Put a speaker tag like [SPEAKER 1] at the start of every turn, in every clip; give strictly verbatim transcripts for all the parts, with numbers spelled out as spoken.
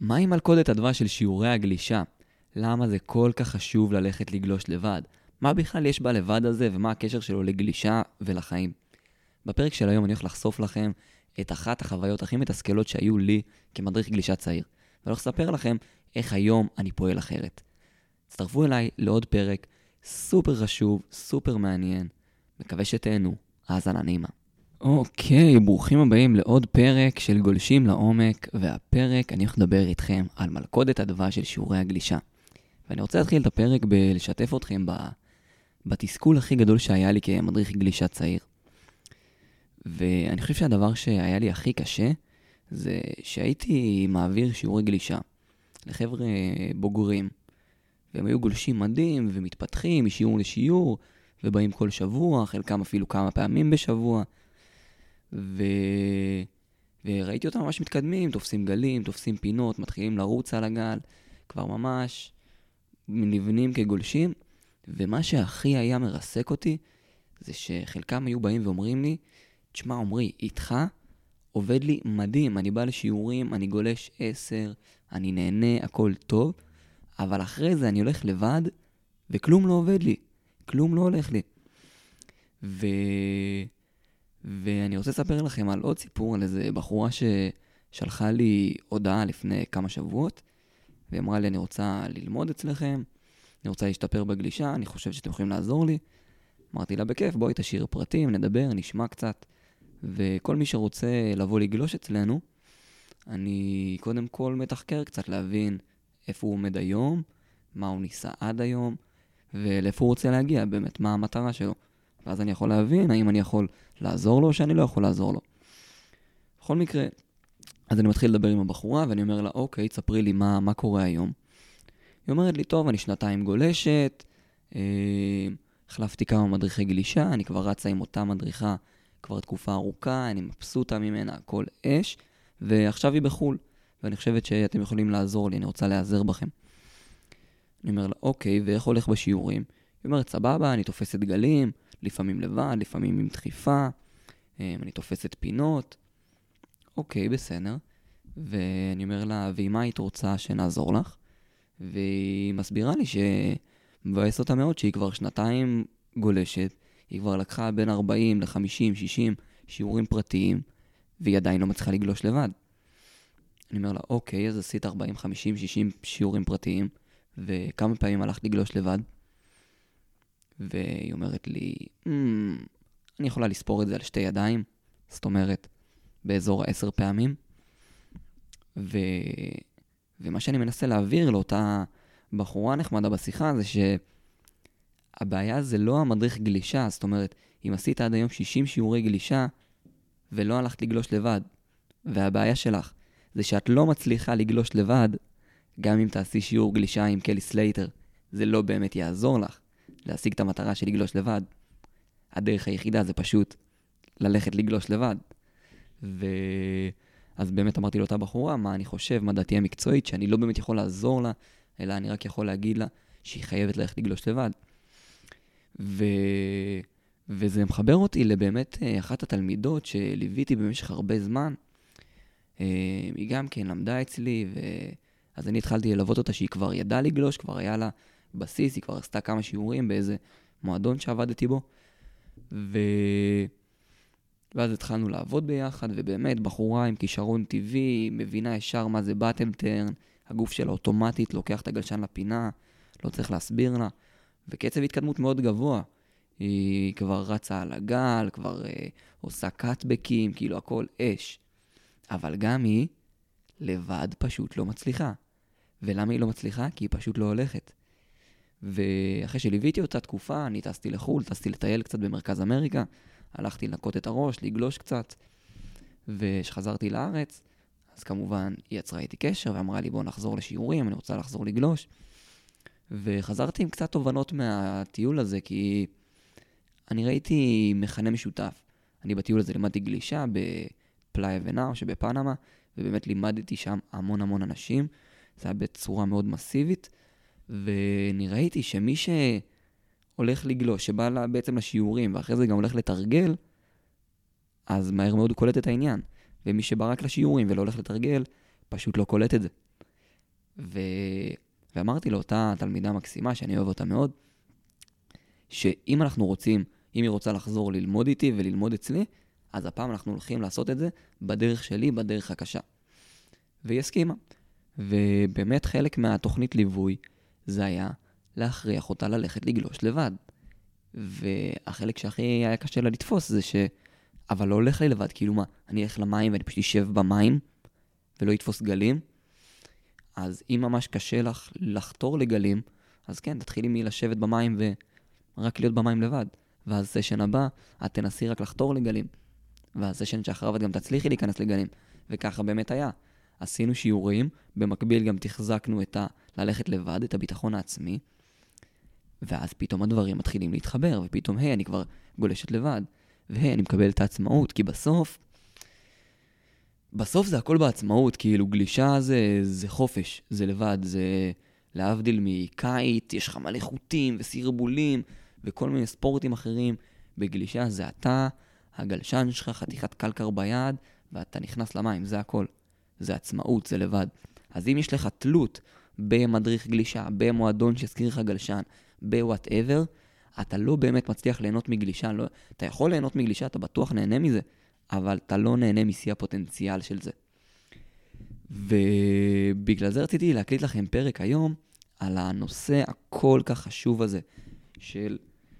[SPEAKER 1] מהי מלכודת הדבש של שיעורי הגלישה? למה זה כל כך חשוב ללכת לגלוש לבד? מה בכלל יש בלבד הזה ומה הקשר שלו לגלישה ולחיים? בפרק של היום אני הולך לחשוף לכם את אחת החוויות הכי מתסכלות שהיו לי כמדריך גלישה צעיר. ואני הולך לספר לכם איך היום אני פועל אחרת. הצטרפו אליי לעוד פרק סופר חשוב, סופר מעניין. מקווה שתהנו. האזנה נעימה. אוקיי, ברוכים הבאים לעוד פרק של גולשים לעומק, והפרק אני הולך לדבר איתכם על מלכודת הדבש של שיעורי הגלישה. ואני רוצה להתחיל את הפרק בלשתף אתכם בתסכול הכי גדול שהיה לי כמדריך גלישה צעיר. ואני חושב שהדבר שהיה לי הכי קשה, זה שהייתי מעביר שיעורי גלישה לחבר'ה בוגרים, והם היו גולשים מדהים ומתפתחים משיעור לשיעור, ובאים כל שבוע, חלקם אפילו כמה פעמים בשבוע, ו... וראיתי אותם ממש מתקדמים, תופסים גלים, תופסים פינות, מתחילים לרוץ על הגל, כבר ממש נבנים כגולשים, ומה שהכי היה מרסק אותי, זה שחלקם היו באים ואומרים לי, תשמע עומרי, איתך עובד לי מדהים, אני בא לשיעורים, אני גולש עשר, אני נהנה, הכל טוב, אבל אחרי זה אני הולך לבד, וכלום לא עובד לי, כלום לא הולך לי. ו... ואני רוצה לספר לכם על עוד סיפור, על איזה בחורה ששלחה לי הודעה לפני כמה שבועות, ואמרה לי, אני רוצה ללמוד אצלכם, אני רוצה להשתפר בגלישה, אני חושב שאתם יכולים לעזור לי. אמרתי לה, בכיף, בואי תשאיר פרטים, נדבר, נשמע קצת. וכל מי שרוצה לבוא לגלוש אצלנו, אני קודם כל מתחקר קצת להבין איפה הוא עומד היום, מה הוא ניסה עד היום, ולאיפה הוא רוצה להגיע, באמת, מה המטרה שלו. ואז אני יכול להבין האם אני יכול לעזור לו או שאני לא יכול לעזור לו. בכל מקרה, אז אני מתחיל לדבר עם הבחורה, ואני אומר לה, אוקיי, תספרי לי מה, מה קורה היום. היא אומרת לי, טוב, אני שנתיים גולשת, אה, החלפתי כמה מדריכי גלישה, אני כבר רצה עם אותה מדריכה כבר תקופה ארוכה, אני מבסוטה ממנה, הכל אש, ועכשיו היא בחול, ואני חושבת שאתם יכולים לעזור לי, אני רוצה לעזר בכם. אני אומר לה, אוקיי, ואיך הולך בשיעורים? היא אומרת, סבבה, אני תופסת גלים, לפעמים לבד, לפעמים עם דחיפה, אני תופסת פינות. אוקיי, בסדר. ואני אומר לה, ואם מה היית רוצה שנעזור לך? והיא מסבירה לי שמבאס אותה מאוד שהיא כבר שנתיים גולשת, היא כבר לקחה בין ארבעים ל-חמישים שישים שיעורים פרטיים, והיא עדיין לא מצליחה לגלוש לבד. אני אומר לה, אוקיי, אז עשית ארבעים, חמישים, שישים שיעורים פרטיים, וכמה פעמים הלכת לגלוש לבד? והיא אומרת לי, mm, אני יכולה לספור את זה על שתי ידיים, זאת אומרת, באזור עשר פעמים. ו... ומה שאני מנסה להעביר לאותה בחורה נחמדה בשיחה, זה שהבעיה זה לא המדריך גלישה, זאת אומרת, אם עשית עד היום שישים שיעורי גלישה, ולא הלכת לגלוש לבד, והבעיה שלך זה שאת לא מצליחה לגלוש לבד, גם אם תעשי שיעור גלישה עם קלי סלייטר, זה לא באמת יעזור לך להשיג את המטרה של לגלוש לבד. הדרך היחידה זה פשוט ללכת לגלוש לבד. ואז באמת אמרתי לאותה בחורה מה אני חושב, מה דעתי המקצועית, שאני לא באמת יכול לעזור לה, אלא אני רק יכול להגיד לה שהיא חייבת ללכת לגלוש לבד. ו... וזה מחבר אותי לבאמת אחת התלמידות שליוויתי במשך הרבה זמן. היא גם כן למדה אצלי, ואז אני התחלתי ללוות אותה שהיא כבר ידעה לגלוש, כבר היה לה בסיס, היא כבר עשתה כמה שיעורים באיזה מועדון שעבדתי בו, ו... ואז התחלנו לעבוד ביחד, ובאמת בחורה עם כישרון טבעי, מבינה ישר מה זה בטם טרן, הגוף שלה אוטומטית לוקח את הגלשן לפינה, לא צריך להסביר לה, וקצב התקדמות מאוד גבוה. היא כבר רצה על הגל, כבר אה, עושה קאטבקים, כאילו הכל אש. אבל גם היא לבד פשוט לא מצליחה. ולמה היא לא מצליחה? כי היא פשוט לא הולכת. ואחרי שליוויתי אותה תקופה, אני טסתי לחול, טסתי לטייל קצת במרכז אמריקה, הלכתי לנקות את הראש, לגלוש קצת, ושחזרתי לארץ, אז כמובן היא יצרה איתי קשר, ואמרה לי בוא נחזור לשיעורים, אני רוצה לחזור לגלוש, וחזרתי עם קצת תובנות מהטיול הזה, כי אני ראיתי מכנה משותף. אני בטיול הזה למדתי גלישה בפלאיה ונאו שבפנמה, ובאמת לימדתי שם המון המון אנשים, זה היה בצורה מאוד מסיבית, ואני ראיתי שמי שהולך לגלוש, שבא לה בעצם לשיעורים, ואחרי זה גם הולך לתרגל, אז מהר מאוד הוא קולט את העניין. ומי שבא רק לשיעורים ולא הולך לתרגל, פשוט לא קולט את זה. ו... ואמרתי לאותה תלמידה מקסימה, שאני אוהב אותה מאוד, שאם אנחנו רוצים, אם היא רוצה לחזור ללמוד איתי וללמוד אצלי, אז הפעם אנחנו הולכים לעשות את זה בדרך שלי, בדרך הקשה. והיא הסכימה. ובאמת חלק מהתוכנית ליווי, זה היה להכריח אותה ללכת לגלוש לבד. והחלק שהכי היה קשה לה לתפוס זה ש... אבל לא הולך לי לבד, כאילו מה, אני אלך למים ואני פשוט יישב במים, ולא יתפוס גלים. אז אם ממש קשה לך לחתור לגלים, אז כן, תתחילי מלשבת במים ורק להיות במים לבד. ואז סשן הבא, את תנסי רק לחתור לגלים. ואז סשן שאחריו את גם תצליחי להיכנס לגלים. וככה באמת היה. עשינו שיעורים, במקביל גם תחזקנו את ה... ללכת לבד, את הביטחון העצמי, ואז פתאום הדברים מתחילים להתחבר, ופתאום, היי, אני כבר גולשת לבד, והי, אני מקבל את העצמאות, כי בסוף, בסוף זה הכל בעצמאות, כאילו גלישה זה, זה חופש, זה לבד, זה להבדיל מקיץ, יש לך מלא חוטים וסרבולים, וכל מיני ספורטים אחרים, בגלישה זה אתה, הגלשן שלך, חתיכת קלקר ביד, ואתה נכנס למים, זה הכל. זה עצמאות, זה לבד. אז אם יש לך תלות במדריך גלישה, במועדון שהזכיר לך גלשן, ב-whatever, אתה לא באמת מצליח ליהנות מגלישה. לא, אתה יכול ליהנות מגלישה, אתה בטוח נהנה מזה, אבל אתה לא נהנה משיא הפוטנציאל של זה. ובגלל זה רציתי להקליט לכם פרק היום על הנושא הכל כך חשוב הזה של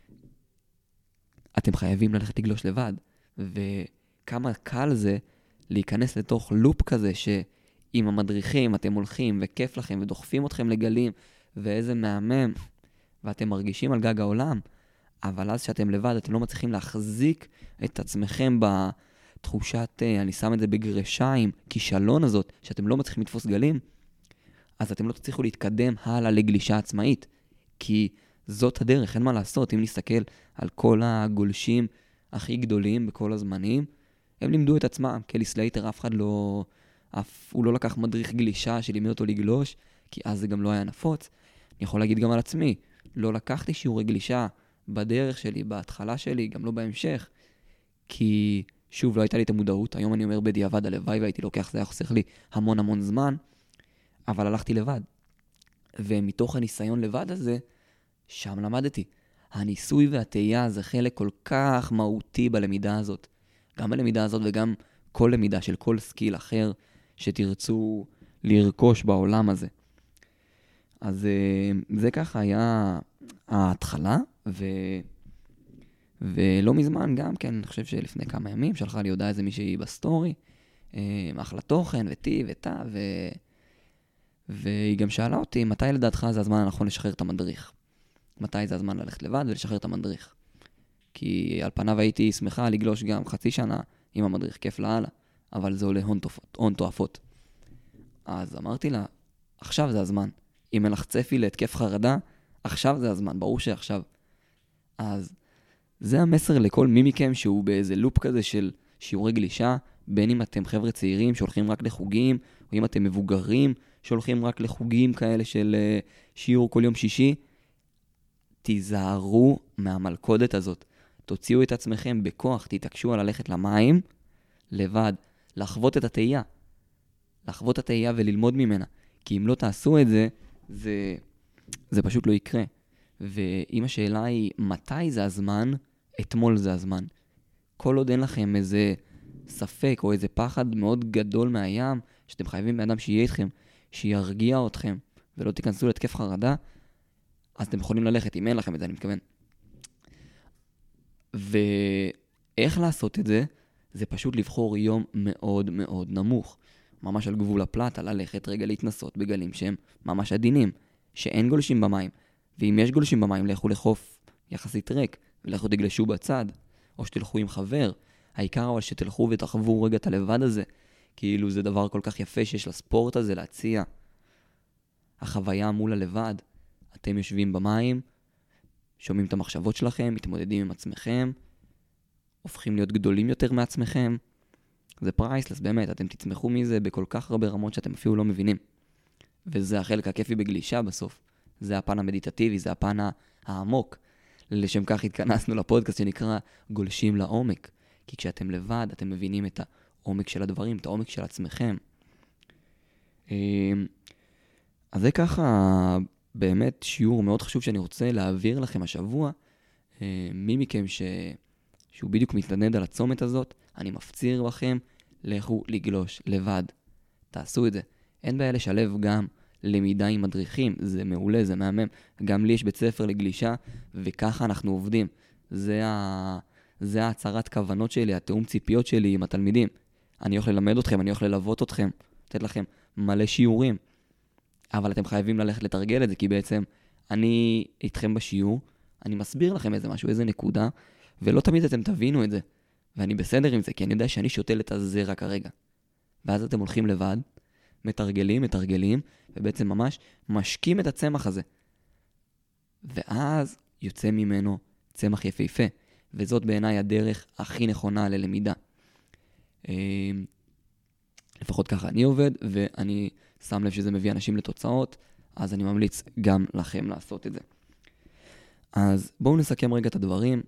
[SPEAKER 1] אתם חייבים ללכת לגלוש לבד, וכמה קל זה להיכנס לתוך לופ כזה שעם המדריכים אתם הולכים וכיף לכם ודוחפים אתכם לגלים ואיזה מהמם ואתם מרגישים על גג העולם, אבל אז שאתם לבד אתם לא מצליחים להחזיק את עצמכם בתחושת, אני שם את זה בגרשיים, כישלון הזאת, שאתם לא מצליחים לתפוס גלים, אז אתם לא תצליחו להתקדם הלאה לגלישה עצמאית, כי זאת הדרך, אין מה לעשות. אם נסתכל על כל הגולשים הכי גדולים בכל הזמנים, הם לימדו את עצמם, קלי סלייטר, אף אחד לא, אף, הוא לא לקח מדריך גלישה שלימד אותו לגלוש, כי אז זה גם לא היה נפוץ. אני יכול להגיד גם על עצמי, לא לקחתי שיעורי גלישה בדרך שלי, בהתחלה שלי, גם לא בהמשך, כי שוב לא הייתה לי את המודעות. היום אני אומר בדיעבד הלוואי והייתי לוקח, זה היה חוסך לי המון המון זמן, אבל הלכתי לבד. ומתוך הניסיון לבד הזה, שם למדתי. הניסוי והתאייה זה חלק כל כך מהותי בלמידה הזאת. גם בלמידה הזאת וגם כל למידה של כל סקיל אחר שתרצו לרכוש בעולם הזה. אז זה ככה היה ההתחלה, ו... ולא מזמן גם כן, אני חושב שלפני כמה ימים שלחה לי הודעה איזה מישהי בסטורי, אחלה תוכן וטי וטה, ו... והיא גם שאלה אותי, מתי לדעתך זה הזמן הנכון לשחרר את המדריך? מתי זה הזמן ללכת לבד ולשחרר את המדריך? כי על פניו הייתי שמחה לגלוש גם חצי שנה עם המדריך, כיף להלאה, אבל זה עולה הון תופות, הון תועפות. אז אמרתי לה, עכשיו זה הזמן. אם אין לך צפי להתקף חרדה, עכשיו זה הזמן, ברור שעכשיו. אז זה המסר לכל מי מכם שהוא באיזה לופ כזה של שיעורי גלישה, בין אם אתם חבר'ה צעירים שהולכים רק לחוגים, או אם אתם מבוגרים שהולכים רק לחוגים כאלה של שיעור כל יום שישי, תיזהרו מהמלכודת הזאת. תוציאו את עצמכם בכוח, תתעקשו על ללכת למים לבד, לחוות את התאייה. לחוות את התאייה וללמוד ממנה. כי אם לא תעשו את זה, זה, זה פשוט לא יקרה. ואם השאלה היא, מתי זה הזמן? אתמול זה הזמן. כל עוד אין לכם איזה ספק או איזה פחד מאוד גדול מהים, שאתם חייבים באדם שיהיה איתכם, שירגיע אתכם, ולא תיכנסו להתקף חרדה, אז אתם יכולים ללכת, אם אין לכם את זה, אני מתכוון. ואיך לעשות את זה? זה פשוט לבחור יום מאוד מאוד נמוך. ממש על גבול הפלטה, ללכת רגע להתנסות בגלים שהם ממש עדינים, שאין גולשים במים. ואם יש גולשים במים, לכו לחוף יחסית ריק, ולכו תגלשו בצד, או שתלכו עם חבר. העיקר אבל שתלכו ותחוו רגע את הלבד הזה, כאילו זה דבר כל כך יפה שיש לספורט הזה להציע. החוויה מול הלבד, אתם יושבים במים, שומעים את המחשבות שלכם, מתמודדים עם עצמכם, הופכים להיות גדולים יותר מעצמכם. זה פרייסלס, באמת, אתם תצמחו מזה בכל כך הרבה רמות שאתם אפילו לא מבינים. וזה החלק הכיפי בגלישה בסוף. זה הפן המדיטטיבי, זה הפן העמוק. לשם כך התכנסנו לפודקאסט שנקרא גולשים לעומק. כי כשאתם לבד, אתם מבינים את העומק של הדברים, את העומק של עצמכם. אז זה ככה באמת שיעור מאוד חשוב שאני רוצה להעביר לכם השבוע. מי מכם ש... שהוא בדיוק מתנדנד על הצומת הזאת, אני מפציר בכם, לכו לגלוש לבד. תעשו את זה. אין בעיה לשלב גם למידה עם מדריכים, זה מעולה, זה מהמם. גם לי יש בית ספר לגלישה, וככה אנחנו עובדים. זה, ה... זה ההצהרת כוונות שלי, התאום ציפיות שלי עם התלמידים. אני הולך ללמד אתכם, אני הולך ללוות אתכם, לתת לכם מלא שיעורים. אבל אתם חייבים ללכת לתרגל את זה, כי בעצם אני איתכם בשיעור, אני מסביר לכם איזה משהו, איזה נקודה, ולא תמיד אתם תבינו את זה. ואני בסדר עם זה, כי אני יודע שאני שותל את הזרע כרגע. ואז אתם הולכים לבד, מתרגלים, מתרגלים, ובעצם ממש משקים את הצמח הזה. ואז יוצא ממנו צמח יפהפה. וזאת בעיניי הדרך הכי נכונה ללמידה. לפחות ככה אני עובד, ואני שם לב שזה מביא אנשים לתוצאות, אז אני ממליץ גם לכם לעשות את זה. אז בואו נסכם רגע את הדברים.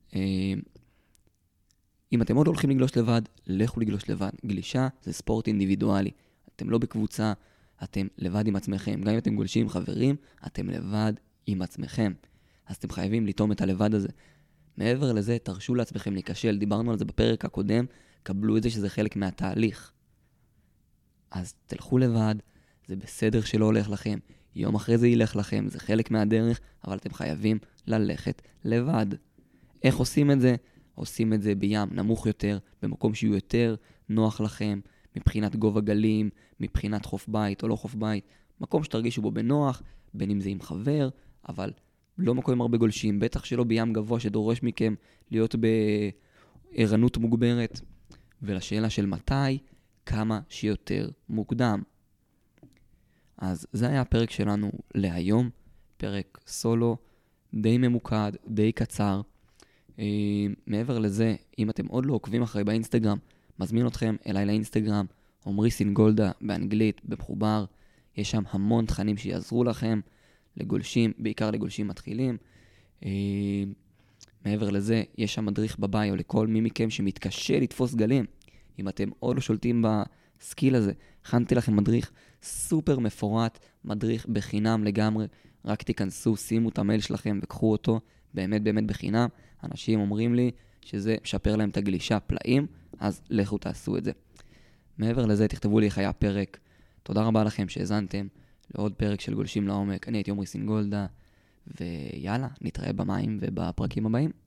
[SPEAKER 1] אם אתם עוד הולכים לגלוש לבד, לכו לגלוש לבד. גלישה זה ספורט אינדיבידואלי. אתם לא בקבוצה, אתם לבד עם עצמכם. גם אם אתם גולשים עם חברים, אתם לבד עם עצמכם. אז אתם חייבים לטעום את הלבד הזה. מעבר לזה, תרשו לעצמכם להיכשל. דיברנו על זה בפרק הקודם, קבלו את זה שזה חלק מהתהליך. אז תלכו לבד, זה בסדר שלא הולך לכם. יום אחרי זה ילך לכם, זה חלק מהדרך, אבל אתם חייבים ללכת לבד. איך עושים את זה? עושים את זה בים נמוך יותר, במקום שיהיו יותר נוח לכם, מבחינת גובה גלים, מבחינת חוף בית או לא חוף בית, מקום שתרגישו בו בנוח, בין אם זה עם חבר, אבל לא מקום עם הרבה גולשים, בטח שלא בים גבוה שדורש מכם להיות בערנות מוגברת. ולשאלה של מתי, כמה שיותר מוקדם. אז זה היה הפרק שלנו להיום, פרק סולו, די ממוקד, די קצר. Uh, מעבר לזה, אם אתם עוד לא עוקבים אחרי באינסטגרם, מזמין אתכם אליי לאינסטגרם, עומרי סינגולדה באנגלית, במחובר. יש שם המון תכנים שיעזרו לכם, לגולשים, בעיקר לגולשים מתחילים. Uh, מעבר לזה, יש שם מדריך בביו לכל מי מכם שמתקשה לתפוס גלים. אם אתם עוד לא שולטים בסקיל הזה, הכנתי לכם מדריך סופר מפורט, מדריך בחינם לגמרי, רק תיכנסו, שימו את המייל שלכם וקחו אותו, באמת באמת בחינם. אנשים אומרים לי שזה משפר להם את הגלישה פלאים, אז לכו תעשו את זה. מעבר לזה, תכתבו לי איך היה פרק. תודה רבה לכם שהזנתם לעוד פרק של גולשים לעומק. אני הייתי עומרי סינגולדה, ויאללה, נתראה במים ובפרקים הבאים.